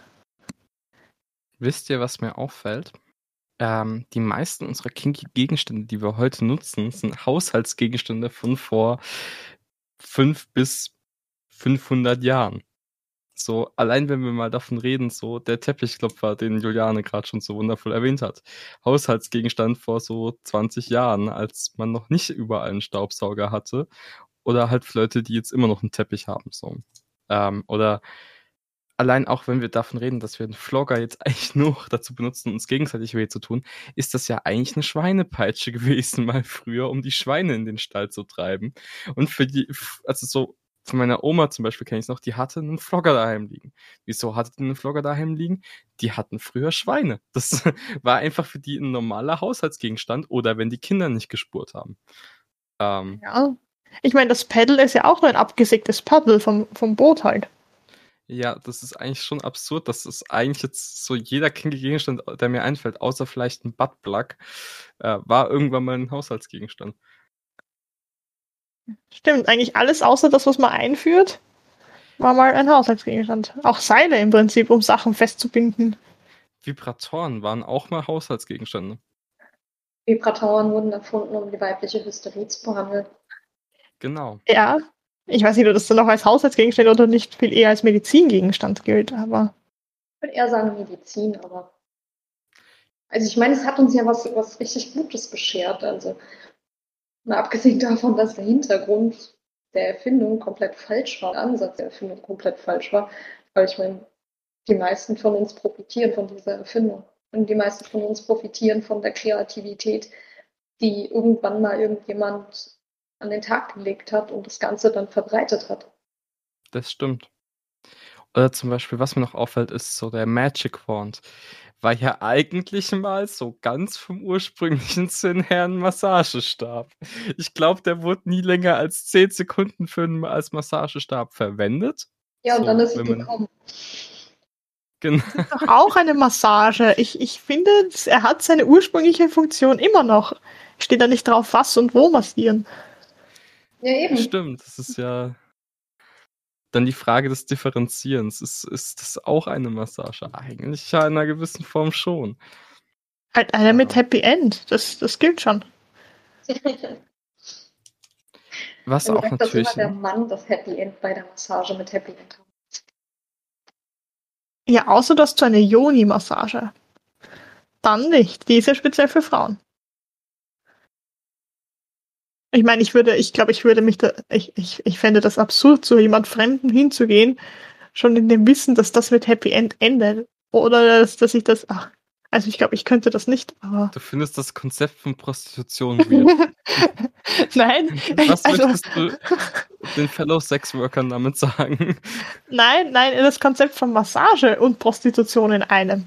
Wisst ihr, was mir auffällt? Ähm, die meisten unserer kinky Gegenstände, die wir heute nutzen, sind Haushaltsgegenstände von vor fünf bis fünfhundert Jahren. So, allein wenn wir mal davon reden, so der Teppichklopfer, den Juliane gerade schon so wundervoll erwähnt hat. Haushaltsgegenstand vor so zwanzig Jahren, als man noch nicht überall einen Staubsauger hatte. Oder halt für Leute, die jetzt immer noch einen Teppich haben. So. Ähm, oder allein auch wenn wir davon reden, dass wir 'n Flogger jetzt eigentlich nur dazu benutzen, uns gegenseitig weh zu tun, ist das ja eigentlich 'ne Schweinepeitsche gewesen mal früher, um die Schweine in den Stall zu treiben. Und für die f also so von meiner Oma zum Beispiel kenne ich's noch, die hatte 'nen Flogger daheim liegen. Wieso hatte die 'nen Flogger daheim liegen? Die hatten früher Schweine. Das war einfach für die 'n normaler Haushaltsgegenstand oder wenn die Kinder nicht gespurt haben. Ähm, Ja. Ich meine, das Paddel ist ja auch nur ein abgesägtes Paddel vom vom Boot halt. ja, das ist eigentlich schon absurd, dass es eigentlich jetzt so jeder Gegenstand, der mir einfällt, außer vielleicht 'n Buttplug, äh, war irgendwann mal 'n Haushaltsgegenstand. Stimmt, eigentlich alles außer das, was man einführt, war mal ein Haushaltsgegenstand. Auch Seile im Prinzip, um Sachen festzubinden. Vibratoren waren auch mal Haushaltsgegenstände. Vibratoren wurden erfunden, um die weibliche Hysterie zu behandeln. Genau. Ja. Ich weiß nicht, ob das dann noch als Haushaltsgegenstand oder nicht viel eher als Medizingegenstand gilt, aber Ich würde eher sagen Medizin, aber also ich meine, es hat uns ja was was richtig Gutes beschert. Also, mal abgesehen davon, dass der Hintergrund der Erfindung komplett falsch war, der Ansatz der Erfindung komplett falsch war. Weil ich meine, die meisten von uns profitieren von dieser Erfindung. Und die meisten von uns profitieren von der Kreativität, die irgendwann mal irgendjemand an den Tag gelegt hat und das Ganze dann verbreitet hat. Das stimmt. Oder zum Beispiel, was mir noch auffällt, ist so der Magic Wand. War ja eigentlich mal so ganz vom ursprünglichen Sinn her 'n Massagestab. Ich glaube, der wurde nie länger als zehn Sekunden für 'n als Massagestab verwendet. Ja, und dann So, ist sie wenn man gekommen. Genau. das ist doch auch eine Massage. Ich ich finde, s er hat seine ursprüngliche Funktion immer noch. Steht da nicht drauf, was und wo massieren. Ja, eben. Stimmt, das ist ja dann die Frage des Differenzierens. Ist ist das auch eine Massage? Eigentlich ja in 'ner gewissen Form schon. Halt eine mit Ja. Happy End. Das das gilt schon. Was Also auch sagt das immer natürlich der 'n Mann, das Happy End bei der Massage mit Happy End haben. Ja, außer du hast so eine Yoni-Massage. Dann nicht. Die ist ja speziell für Frauen. Ich meine, ich würde ich glaube, ich würde mich da ich ich ich fände das absurd, zu jemand Fremden hinzugehen, schon in dem Wissen, dass das mit Happy End endet. Oder dass dass ich das ach, also ich glaube, ich könnte das nicht, aber Du findest das Konzept von Prostitution weird. Nein, Was also möchtest du den Fellow Sex Workern damit sagen? Nein, nein, das Konzept von Massage und Prostitution in einem.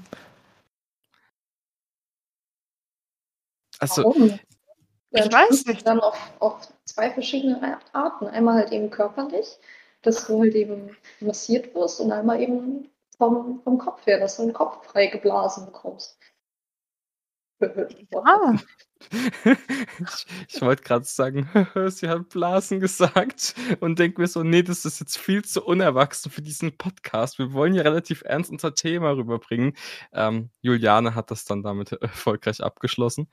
Also Warum? Ich Ja, weiß das nicht. dann auf auf zwei verschiedene Arten. Einmal halt eben körperlich, dass du halt eben massiert wirst und einmal eben vom vom Kopf her, dass du 'n Kopf frei geblasen bekommst. Ah. Ich ich wollte grad sagen: „Sie hat Blasen gesagt“ und denke mir so: „Ne, das ist jetzt viel zu unerwachsen für diesen Podcast. Wir wollen ja relativ ernst unser Thema rüberbringen.“ Ähm, Juliane hat das dann damit erfolgreich abgeschlossen.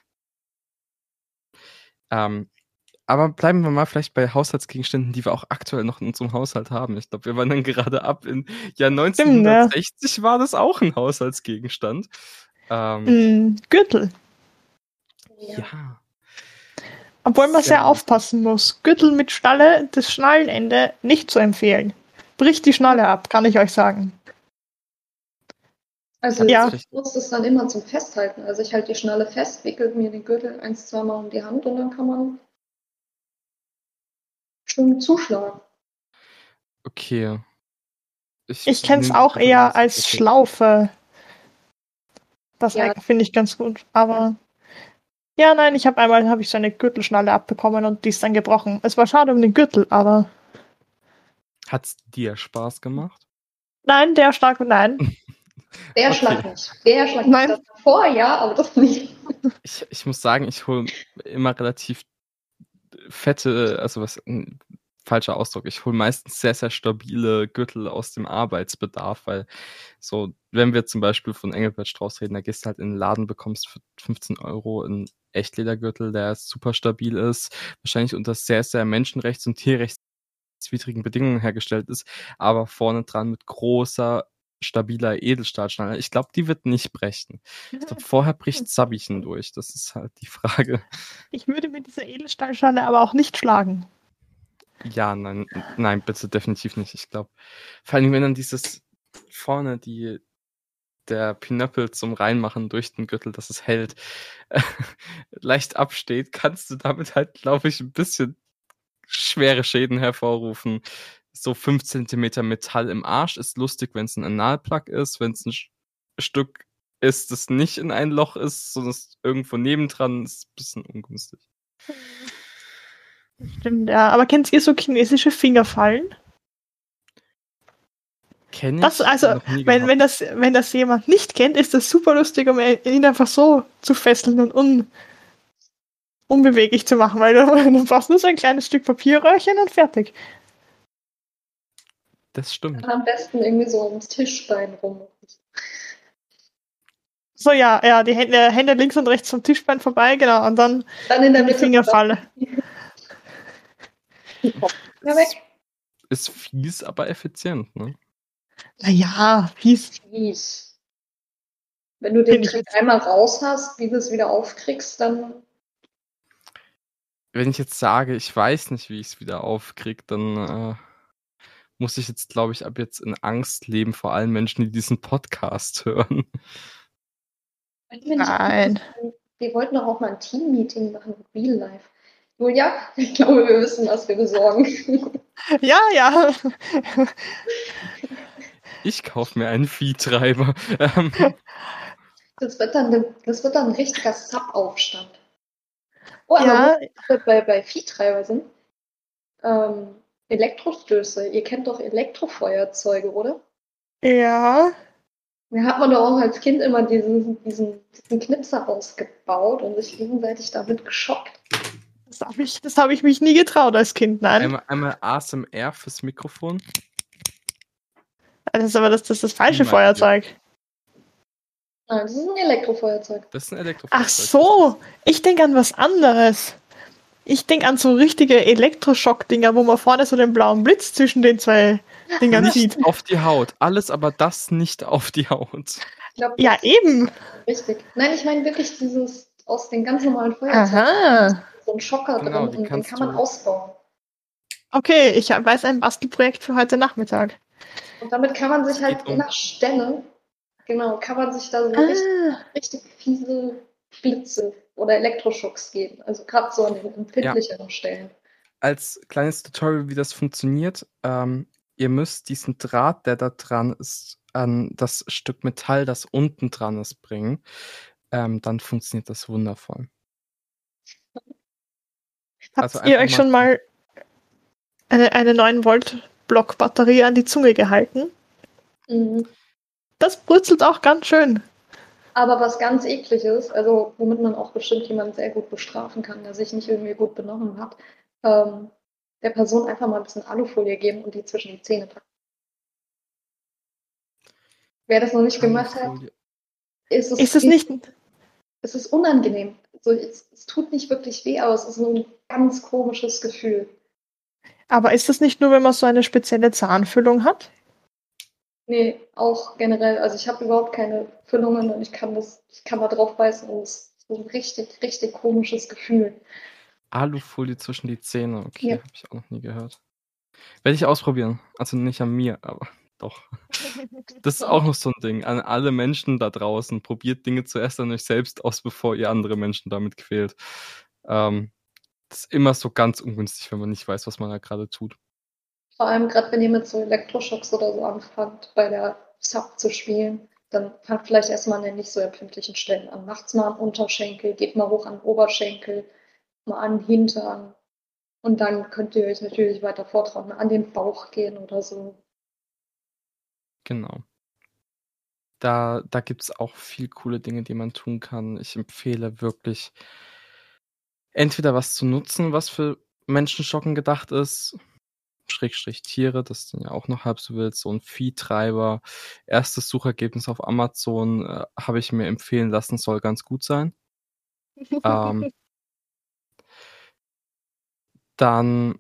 Ähm, aber bleiben wir mal vielleicht bei Haushaltsgegenständen, die wir auch aktuell noch in unserem Haushalt haben. Ich glaube, wir wandern gerade ab in ja, Stimmt, ja. neunzehnhundertsechzig war das auch 'n Haushaltsgegenstand. Ähm Hm, Gürtel. Ja. Ja. Obwohl man Sehr sehr aufpassen muss. Gürtel mit Schnalle, das Schnallenende nicht zu empfehlen. Bricht die Schnalle ab, kann ich euch sagen. Also Ja. ich nutze das dann immer zum Festhalten. Also ich halte die Schnalle fest, wickele mir den Gürtel eins, zweimal um die Hand und dann kann man schön zuschlagen. Okay. Ich kenne es nehme auch die eher Referenz als okay. Schlaufe. Das Ja. eig finde ich ganz gut, aber ja, nein, ich habe einmal habe ich so eine Gürtelschnalle abbekommen und die ist dann gebrochen. Es war schade um den Gürtel, aber Hat's dir Spaß gemacht? Nein, der Schlag nein. Der Okay. Schlag nicht. Der Schlag Nein. nicht. Das davor ja, aber das nicht. Ich ich muss sagen, ich hole immer relativ fette also was hm, falscher Ausdruck. Ich hole meistens sehr, sehr stabile Gürtel aus dem Arbeitsbedarf, weil so wenn wir zum Beispiel von Engelbert Strauß reden, da gehst du halt in 'n Laden, bekommst für fünfzehn Euro 'n Echtledergürtel, der super stabil ist, wahrscheinlich unter sehr, sehr menschenrechts und tierrechtswidrigen Bedingungen hergestellt ist, aber vorne dran mit großer, stabiler Edelstahlschnalle. Ich glaube, die wird nicht brechen. Ich glaube, vorher bricht Sabbichen durch. Das ist halt die Frage. Ich würde mit dieser Edelstahlschnalle aber auch nicht schlagen. Ja, nein, n nein, bitte definitiv nicht. Ich glaube, vor allem, wenn dann dieses vorne die, der Pinöppel zum Reinmachen durch den Gürtel, dass es hält, äh, leicht absteht, kannst du damit halt, glaube ich, ein bisschen schwere Schäden hervorrufen. So fünf Zentimeter Metall im Arsch ist lustig, wenn es ein Analplug ist. Wenn es ein Sch- Stück ist, das nicht in ein Loch ist, sondern es irgendwo nebendran ist, ein bisschen ungünstig. Stimmt, ja. Aber kennt ihr so chinesische Fingerfallen? Kenn ich Das, also, noch nie wenn, gehabt. wenn, das, wenn das jemand nicht kennt, ist das super lustig, um ihn einfach so zu fesseln und un, unbeweglich zu machen, weil du, du brauchst nur so ein kleines Stück Papierröhrchen und fertig. Das stimmt. Am besten irgendwie so ums Tischbein rum. So, ja, ja, die Hände, Hände links und rechts vom Tischbein vorbei, genau, und dann Dann in der in die Mitte. Fingerfalle. Ja, weg. Ist fies, aber effizient, ne? Naja, fies. Fies. Wenn du den Find ich Trick jetzt. einmal raus hast, wie du es wieder aufkriegst, dann Wenn ich jetzt sage, ich weiß nicht, wie ich es wieder aufkriege, dann äh, muss ich jetzt, glaube ich, ab jetzt in Angst leben vor allen Menschen, die diesen Podcast hören. Nein. Wir wollten doch auch mal ein Team-Meeting machen mit Real Life. Julia, ich glaube, wir wissen, was wir besorgen. Ja, ja. Ich kaufe mir einen Viehtreiber. Ähm, Das wird dann, das wird dann ein richtiger Sub-Aufstand. Oh, aber Ja. wo wir bei, bei Viehtreiber sind, ähm, Elektrostöße. Ihr kennt doch Elektrofeuerzeuge, oder? Ja. Da hat man doch auch als Kind immer diesen, diesen, diesen Knipser ausgebaut und sich gegenseitig damit geschockt. Das habe ich, das hab ich mich nie getraut als Kind, nein. einmal, einmal A S M R fürs Mikrofon. Das ist aber das, das, ist das falsche Niemals Feuerzeug. Nein, das ist ein Elektrofeuerzeug. Das ist ein Elektrofeuerzeug. Ach so, ich denke an was anderes. Ich denke an so richtige Elektroschock-Dinger, wo man vorne so den blauen Blitz zwischen den zwei Dingern Nicht sieht. auf die Haut. Alles, aber das nicht auf die Haut. Ich glaub, Ja, das eben. ist richtig. Nein, ich meine wirklich dieses aus den ganz normalen Feuerzeugen. Aha. So ein Schocker Genau, drin die und den kannst kann man du- ausbauen. Okay, ich hab- weiß ein Bastelprojekt für heute Nachmittag. Und damit kann man sich Es halt geht je um- nach Stelle, genau, kann man sich da so richtig, Ah, richtig fiese Blitze oder Elektroschocks geben. Also gerade so an den empfindlicheren Stellen. Als kleines Tutorial, wie das funktioniert, ähm, ihr müsst diesen Draht, der da dran ist, an das Stück Metall, das unten dran ist, bringen. Ähm, dann funktioniert das wundervoll. habt Also ihr einfach euch schon mal eine, eine neun Volt Block-Batterie an die Zunge gehalten? Mhm. Das brutzelt auch ganz schön. Aber was ganz eklig ist, also womit man auch bestimmt jemanden sehr gut bestrafen kann, der sich nicht irgendwie gut benommen hat, ähm, der Person einfach mal ein bisschen Alufolie geben und die zwischen die Zähne packen. Wer das noch nicht gemacht hat, Alufolie. ist es, Ist es nicht. es ist unangenehm. Also es, es tut nicht wirklich weh, aber es ist so ein ganz komisches Gefühl. Aber ist das nicht nur, wenn man so eine spezielle Zahnfüllung hat? Nee, auch generell, also ich habe überhaupt keine Füllungen und ich kann das, ich kann da drauf beißen und es ist so ein richtig, richtig komisches Gefühl. Alufolie zwischen die Zähne. Okay, Ja. habe ich auch noch nie gehört. Werde ich ausprobieren. Also nicht an mir, aber doch. Das ist auch noch so ein Ding. An alle Menschen da draußen. Probiert Dinge zuerst an euch selbst aus, bevor ihr andere Menschen damit quält. Ähm, das ist immer so ganz ungünstig, wenn man nicht weiß, was man da gerade tut. Vor allem gerade wenn ihr mit so Elektroschocks oder so anfangt, bei der Sub zu spielen, dann fangt vielleicht erstmal an den nicht so empfindlichen Stellen an. Macht's mal am Unterschenkel, geht mal hoch an den Oberschenkel, mal an den Hintern. Und dann könnt ihr euch natürlich weiter vortrauen, an den Bauch gehen oder so. Genau. Da, da gibt es auch viel coole Dinge, die man tun kann. Ich empfehle wirklich, entweder was zu nutzen, was für Menschenschocken gedacht ist, Schrägstrich Tiere, das ist dann ja auch noch halb so wild, so ein Viehtreiber. Erstes Suchergebnis auf Amazon äh, habe ich mir empfehlen lassen, soll ganz gut sein. ähm, dann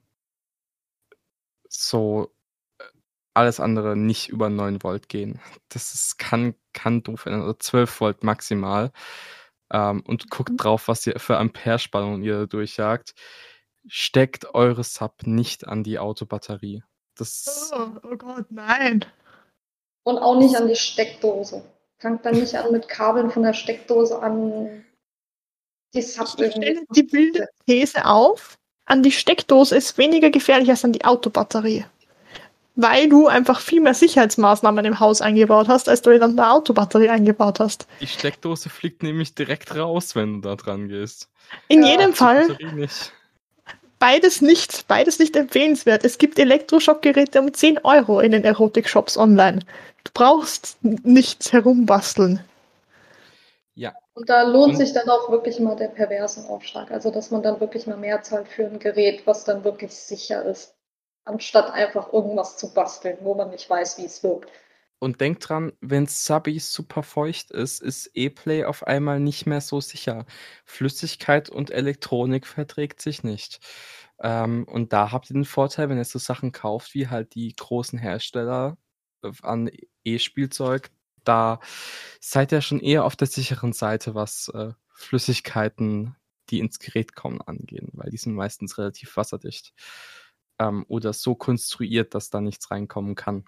so äh, alles andere nicht über neun Volt gehen. Das ist, kann, kann doof werden. Oder zwölf Volt maximal. Ähm, und guckt drauf, was ihr für Amperespannung ihr da durchjagt. Steckt eure Sub nicht an die Autobatterie. Das Oh, oh Gott, nein. Und auch nicht an die Steckdose. Fangt dann nicht an mit Kabeln von der Steckdose an. Die Sub Ich stelle die wilde These auf, an die Steckdose ist weniger gefährlich als an die Autobatterie. Weil du einfach viel mehr Sicherheitsmaßnahmen im Haus eingebaut hast, als du in der Autobatterie eingebaut hast. Die Steckdose fliegt nämlich direkt raus, wenn du da dran gehst. In Ja, jedem Die Fall Batterie nicht. beides nicht, beides nicht empfehlenswert. Es gibt Elektroschockgeräte um zehn Euro in den Erotik-Shops online. Du brauchst nichts herumbasteln. Ja, Und da lohnt Und- sich dann auch wirklich mal der perverse Aufschlag. Also, dass man dann wirklich mal mehr zahlt für ein Gerät, was dann wirklich sicher ist. Anstatt einfach irgendwas zu basteln, wo man nicht weiß, wie es wirkt. und denk dran, wenn Subby super feucht ist, ist E-Play auf einmal nicht mehr so sicher. Flüssigkeit und Elektronik verträgt sich nicht. Ähm, und da habt ihr den Vorteil, wenn ihr so Sachen kauft, wie halt die großen Hersteller äh, an E-Spielzeug, da seid ihr schon eher auf der sicheren Seite, was äh, Flüssigkeiten, die ins Gerät kommen, angehen, weil die sind meistens relativ wasserdicht. Ähm, oder so konstruiert, dass da nichts reinkommen kann.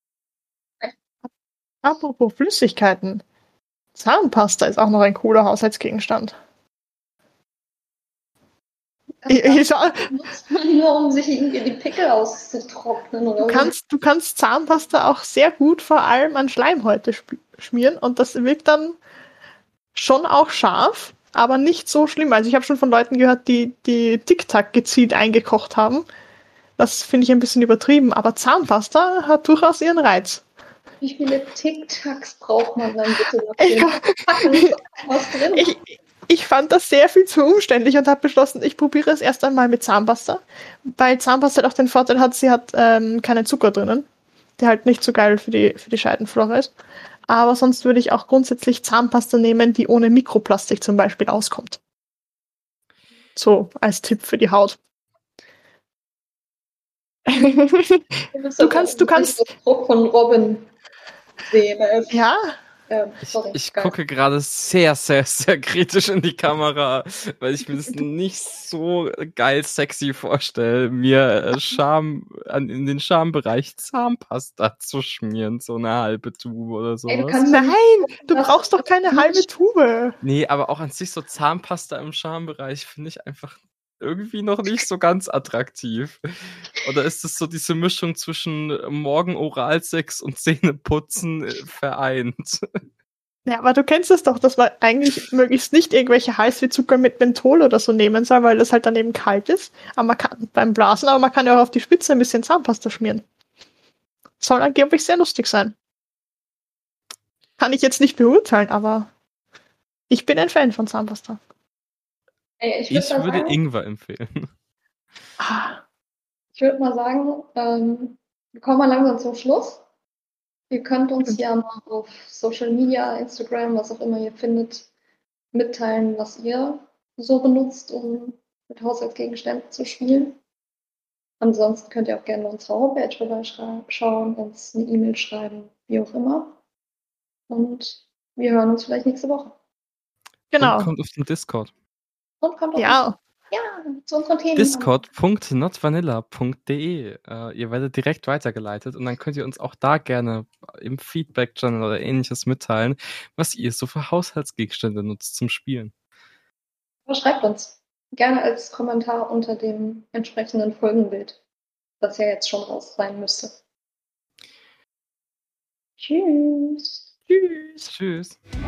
Apropos Flüssigkeiten. Zahnpasta ist auch noch ein cooler Haushaltsgegenstand. Ich, ich, sag, Nutzt man nur, um sich irgendwie die Pickel auszutrocknen oder du, kannst, du kannst Zahnpasta auch sehr gut vor allem an Schleimhäute sp- schmieren und das wirkt dann schon auch scharf, aber nicht so schlimm. Also ich habe schon von Leuten gehört, die die Tic-Tac gezielt eingekocht haben. Das finde ich ein bisschen übertrieben, aber Zahnpasta hat durchaus ihren Reiz. Wie viele Tic-Tacs braucht man dann bitte Ich, dafür? Packen ist doch was drin. ich, ich fand das sehr viel zu umständlich und habe beschlossen, ich probiere es erst einmal mit Zahnpasta, weil Zahnpasta halt auch den Vorteil hat, sie hat ähm, keinen Zucker drinnen, der halt nicht so geil für die, für die Scheidenflora ist. Aber sonst würde ich auch grundsätzlich Zahnpasta nehmen, die ohne Mikroplastik zum Beispiel auskommt. So, als Tipp für die Haut. Du kannst, du kannst. Das Druck von Robin sehen. Er ist, Ja, äh, Ich, sorry, ich geil. gucke gerade sehr, sehr, sehr kritisch in die Kamera, weil ich mir das nicht so geil sexy vorstelle, mir äh, Scham, an, in den Schambereich Zahnpasta zu schmieren, so eine halbe Tube oder sowas. Ey, du kannst doch nein, nicht du das- brauchst doch keine halbe Tube. Nee, aber auch an sich so Zahnpasta im Schambereich finde ich einfach irgendwie noch nicht so ganz attraktiv. Oder ist es so diese Mischung zwischen Morgen-Oralsex und Zähneputzen äh, vereint? Ja, aber du kennst es doch, dass man eigentlich möglichst nicht irgendwelche Heißwürzucker mit Menthol oder so nehmen soll, weil das halt dann eben kalt ist. Aber man kann beim Blasen, aber man kann ja auch auf die Spitze ein bisschen Zahnpasta schmieren. Soll angeblich sehr lustig sein. Kann ich jetzt nicht beurteilen, aber ich bin ein Fan von Zahnpasta. Ey, ich Ich würde würde sagen, Ingwer empfehlen. Ah, ich würde mal sagen, ähm, wir kommen mal langsam zum Schluss. Ihr könnt uns ja mal auf Social Media, Instagram, was auch immer ihr findet, mitteilen, was ihr so benutzt, um mit Haushaltsgegenständen zu spielen. Ansonsten könnt ihr auch gerne unsere Homepage vorbeischauen, uns eine E-Mail schreiben, wie auch immer. Und wir hören uns vielleicht nächste Woche. genau. Und kommt auf den Discord. Und kommt auch Ja, ja, zu unseren Themen. discord punkt notvanilla punkt de. Äh, ihr werdet direkt weitergeleitet und dann könnt ihr uns auch da gerne im Feedback-Channel oder ähnliches mitteilen, was ihr so für Haushaltsgegenstände nutzt zum Spielen. Aber schreibt uns gerne als Kommentar unter dem entsprechenden Folgenbild, das ja jetzt schon raus sein müsste. Tschüss. tschüss. Tschüss.